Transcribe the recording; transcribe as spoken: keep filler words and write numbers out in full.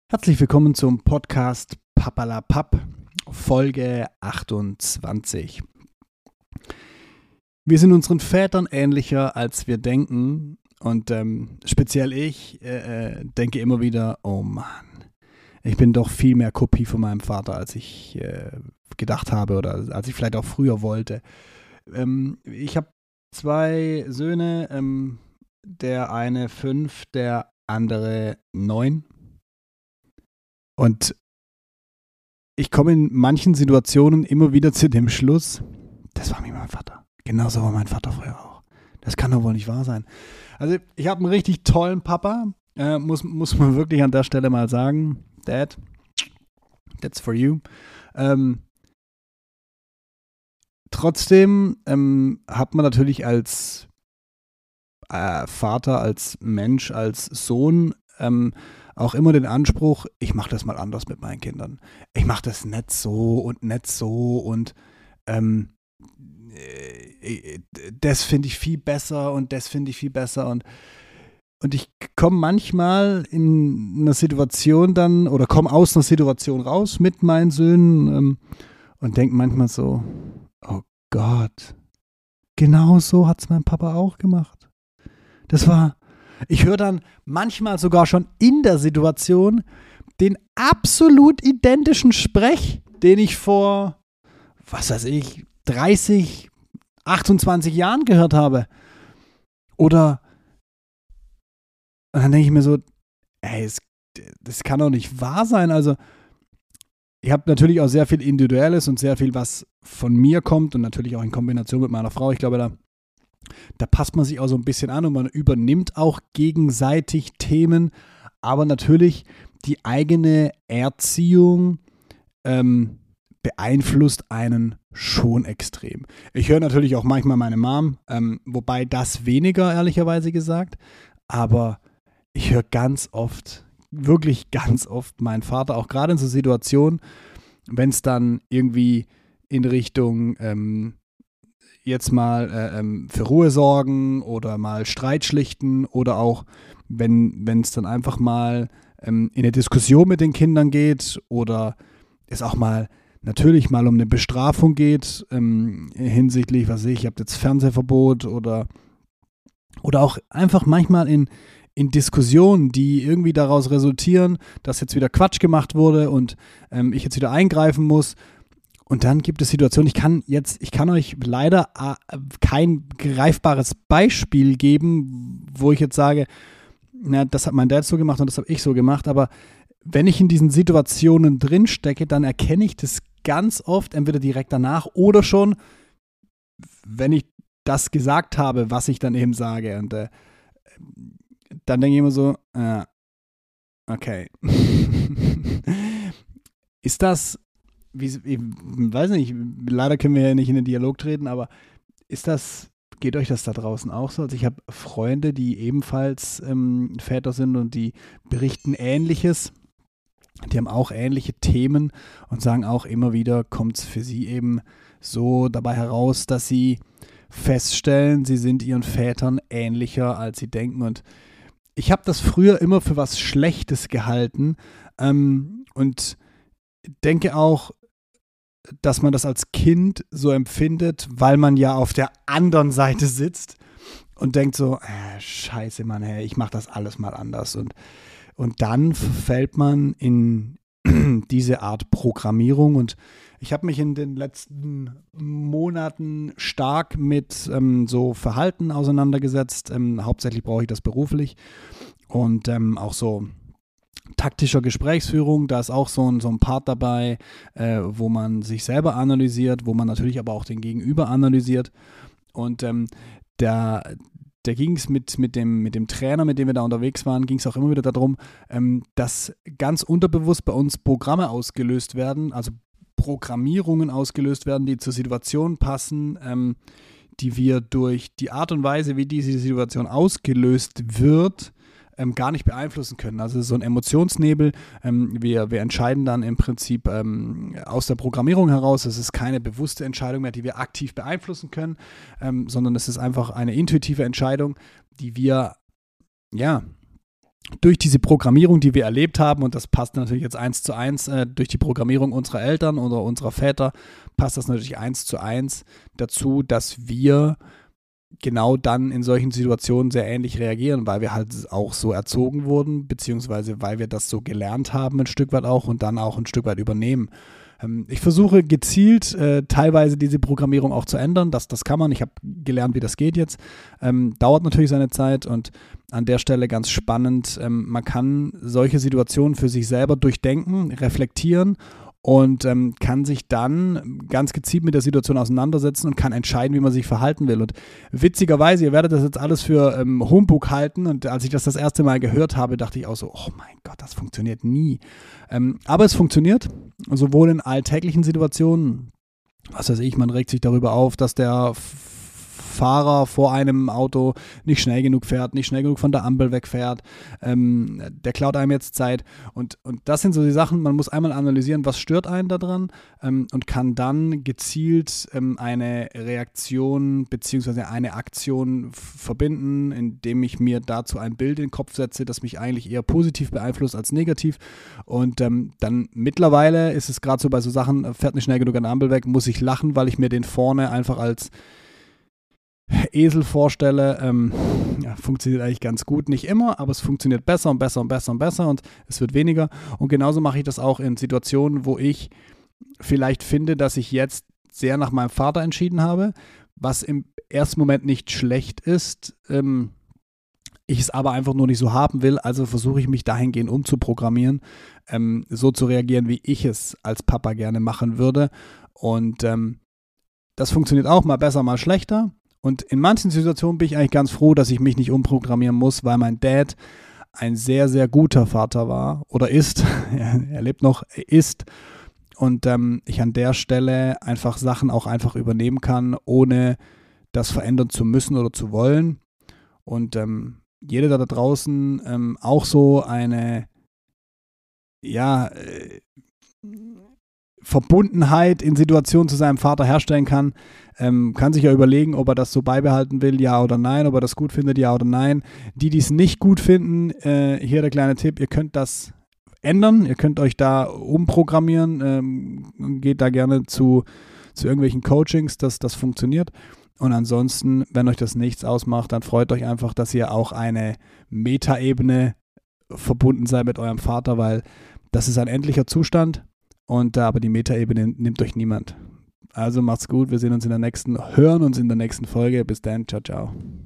Herzlich willkommen zum Podcast Papalapap, Folge achtundzwanzig. Wir sind unseren Vätern ähnlicher, als wir denken. Und ähm, speziell ich äh, denke immer wieder, oh Mann, ich bin doch viel mehr Kopie von meinem Vater, als ich äh, gedacht habe oder als ich vielleicht auch früher wollte. Ähm, ich habe zwei Söhne, ähm, der eine fünf, der andere neun. Und ich komme in manchen Situationen immer wieder zu dem Schluss, das war wie mein Vater. Genauso war mein Vater früher auch. Das kann doch wohl nicht wahr sein. Also ich habe einen richtig tollen Papa, äh, muss, muss man wirklich an der Stelle mal sagen. Dad, that's for you. Ähm, trotzdem ähm, hat man natürlich als äh, Vater, als Mensch, als Sohn ähm, auch immer den Anspruch, ich mache das mal anders mit meinen Kindern. Ich mache das nicht so und nicht so und ähm, äh, das finde ich viel besser und das finde ich viel besser und und ich komme manchmal in einer Situation dann oder komme aus einer Situation raus mit meinen Söhnen ähm, und denke manchmal so, oh Gott, genau so hat es mein Papa auch gemacht. Das war Ich höre dann manchmal sogar schon in der Situation den absolut identischen Sprech, den ich vor, was weiß ich, dreißig, achtundzwanzig Jahren gehört habe. Oder, und dann denke ich mir so, ey, es, das kann doch nicht wahr sein. Also, ich habe natürlich auch sehr viel Individuelles und sehr viel, was von mir kommt und natürlich auch in Kombination mit meiner Frau. Ich glaube, da Da passt man sich auch so ein bisschen an und man übernimmt auch gegenseitig Themen, aber natürlich die eigene Erziehung ähm, beeinflusst einen schon extrem. Ich höre natürlich auch manchmal meine Mom, ähm, wobei das weniger, ehrlicherweise gesagt, aber ich höre ganz oft, wirklich ganz oft meinen Vater, auch gerade in so Situationen, wenn es dann irgendwie in Richtung ähm, jetzt mal äh, ähm, für Ruhe sorgen oder mal Streit schlichten oder auch, wenn es dann einfach mal ähm, in eine Diskussion mit den Kindern geht oder es auch mal natürlich mal um eine Bestrafung geht, ähm, hinsichtlich, was weiß ich, ich habe jetzt Fernsehverbot oder, oder auch einfach manchmal in, in Diskussionen, die irgendwie daraus resultieren, dass jetzt wieder Quatsch gemacht wurde und ähm, ich jetzt wieder eingreifen muss. Und dann gibt es Situationen, ich kann jetzt, ich kann euch leider äh, kein greifbares Beispiel geben, wo ich jetzt sage, na, das hat mein Dad so gemacht und das habe ich so gemacht, aber wenn ich in diesen Situationen drinstecke, dann erkenne ich das ganz oft, entweder direkt danach oder schon, wenn ich das gesagt habe, was ich dann eben sage. Und äh, dann denke ich immer so, äh, okay. Ist das Wie, ich weiß nicht, leider können wir ja nicht in den Dialog treten, aber ist das, geht euch das da draußen auch so? Also ich habe Freunde, die ebenfalls ähm, Väter sind und die berichten Ähnliches. Die haben auch ähnliche Themen und sagen auch immer wieder, kommt es für sie eben so dabei heraus, dass sie feststellen, sie sind ihren Vätern ähnlicher, als sie denken. Und ich habe das früher immer für was Schlechtes gehalten ähm, und denke auch, dass man das als Kind so empfindet, weil man ja auf der anderen Seite sitzt und denkt so, äh, scheiße, Mann, hey, ich mache das alles mal anders. Und, und dann fällt man in diese Art Programmierung. Und ich habe mich in den letzten Monaten stark mit ähm, so Verhalten auseinandergesetzt. Ähm, hauptsächlich brauche ich das beruflich und ähm, auch so taktischer Gesprächsführung, da ist auch so ein, so ein Part dabei, äh, wo man sich selber analysiert, wo man natürlich aber auch den Gegenüber analysiert. Und ähm, da, da ging es mit, mit, dem, mit dem Trainer, mit dem wir da unterwegs waren, ging es auch immer wieder darum, ähm, dass ganz unterbewusst bei uns Programme ausgelöst werden, also Programmierungen ausgelöst werden, die zur Situation passen, ähm, die wir durch die Art und Weise, wie diese Situation ausgelöst wird, Ähm, gar nicht beeinflussen können. Also so ein Emotionsnebel, ähm, wir, wir entscheiden dann im Prinzip ähm, aus der Programmierung heraus, es ist keine bewusste Entscheidung mehr, die wir aktiv beeinflussen können, ähm, sondern es ist einfach eine intuitive Entscheidung, die wir, ja, durch diese Programmierung, die wir erlebt haben, und das passt natürlich jetzt eins zu eins, äh, durch die Programmierung unserer Eltern oder unserer Väter, passt das natürlich eins zu eins dazu, dass wir genau dann in solchen Situationen sehr ähnlich reagieren, weil wir halt auch so erzogen wurden, beziehungsweise weil wir das so gelernt haben ein Stück weit auch und dann auch ein Stück weit übernehmen. Ähm, ich versuche gezielt äh, teilweise diese Programmierung auch zu ändern, das, das kann man, ich habe gelernt, wie das geht jetzt, ähm, dauert natürlich seine Zeit und an der Stelle ganz spannend, ähm, man kann solche Situationen für sich selber durchdenken, reflektieren und ähm, kann sich dann ganz gezielt mit der Situation auseinandersetzen und kann entscheiden, wie man sich verhalten will. Und witzigerweise, ihr werdet das jetzt alles für ähm, Humbug halten, und als ich das das erste Mal gehört habe, dachte ich auch so, oh mein Gott, das funktioniert nie. Ähm, aber es funktioniert, sowohl in alltäglichen Situationen, was weiß ich, man regt sich darüber auf, dass der Fahrer vor einem Auto nicht schnell genug fährt, nicht schnell genug von der Ampel wegfährt, ähm, der klaut einem jetzt Zeit und, und das sind so die Sachen, man muss einmal analysieren, was stört einen daran ähm, und kann dann gezielt ähm, eine Reaktion bzw. eine Aktion f- verbinden, indem ich mir dazu ein Bild in den Kopf setze, das mich eigentlich eher positiv beeinflusst als negativ und ähm, dann mittlerweile ist es gerade so bei so Sachen, fährt nicht schnell genug an der Ampel weg, muss ich lachen, weil ich mir den vorne einfach als Esel vorstelle, ähm, ja, funktioniert eigentlich ganz gut. Nicht immer, aber es funktioniert besser und besser und besser und besser und es wird weniger. Und genauso mache ich das auch in Situationen, wo ich vielleicht finde, dass ich jetzt sehr nach meinem Vater entschieden habe, was im ersten Moment nicht schlecht ist, ähm, ich es aber einfach nur nicht so haben will, also versuche ich mich dahingehend umzuprogrammieren, ähm, so zu reagieren, wie ich es als Papa gerne machen würde. Und ähm, das funktioniert auch mal besser, mal schlechter. Und in manchen Situationen bin ich eigentlich ganz froh, dass ich mich nicht umprogrammieren muss, weil mein Dad ein sehr, sehr guter Vater war oder ist. Er lebt noch, ist. Und ähm, ich an der Stelle einfach Sachen auch einfach übernehmen kann, ohne das verändern zu müssen oder zu wollen. Und ähm, jeder, der da draußen ähm, auch so eine, ja, äh, Verbundenheit in Situationen zu seinem Vater herstellen kann, ähm, kann sich ja überlegen, ob er das so beibehalten will, ja oder nein, ob er das gut findet, ja oder nein. Die, die es nicht gut finden, äh, hier der kleine Tipp, ihr könnt das ändern, ihr könnt euch da umprogrammieren, ähm, geht da gerne zu, zu irgendwelchen Coachings, dass das funktioniert. Und ansonsten, wenn euch das nichts ausmacht, dann freut euch einfach, dass ihr auch eine Metaebene verbunden seid mit eurem Vater, weil das ist ein endlicher Zustand. Und aber die Metaebene nimmt euch niemand. Also macht's gut, wir sehen uns in der nächsten, hören uns in der nächsten Folge. Bis dann, ciao, ciao.